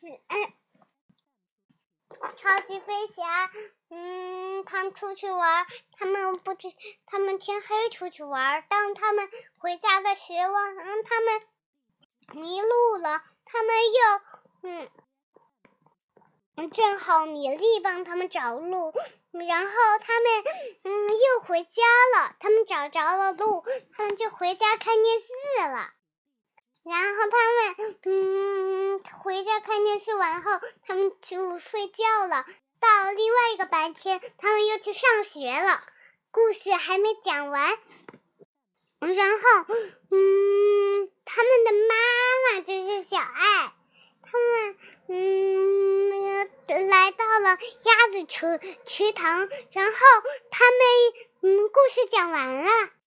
超级飞侠，他们出去玩，他们天黑出去玩，当他们回家的时候，他们迷路了，他们又正好米莉帮他们找路，然后他们又回家了，他们找着了路，他们就回家看电视了。然后他们回家看电视完后，他们就睡觉了。到另外一个白天，他们又去上学了。故事还没讲完，然后他们的妈妈就是小爱，他们来到了鸭子池塘，然后他们故事讲完了。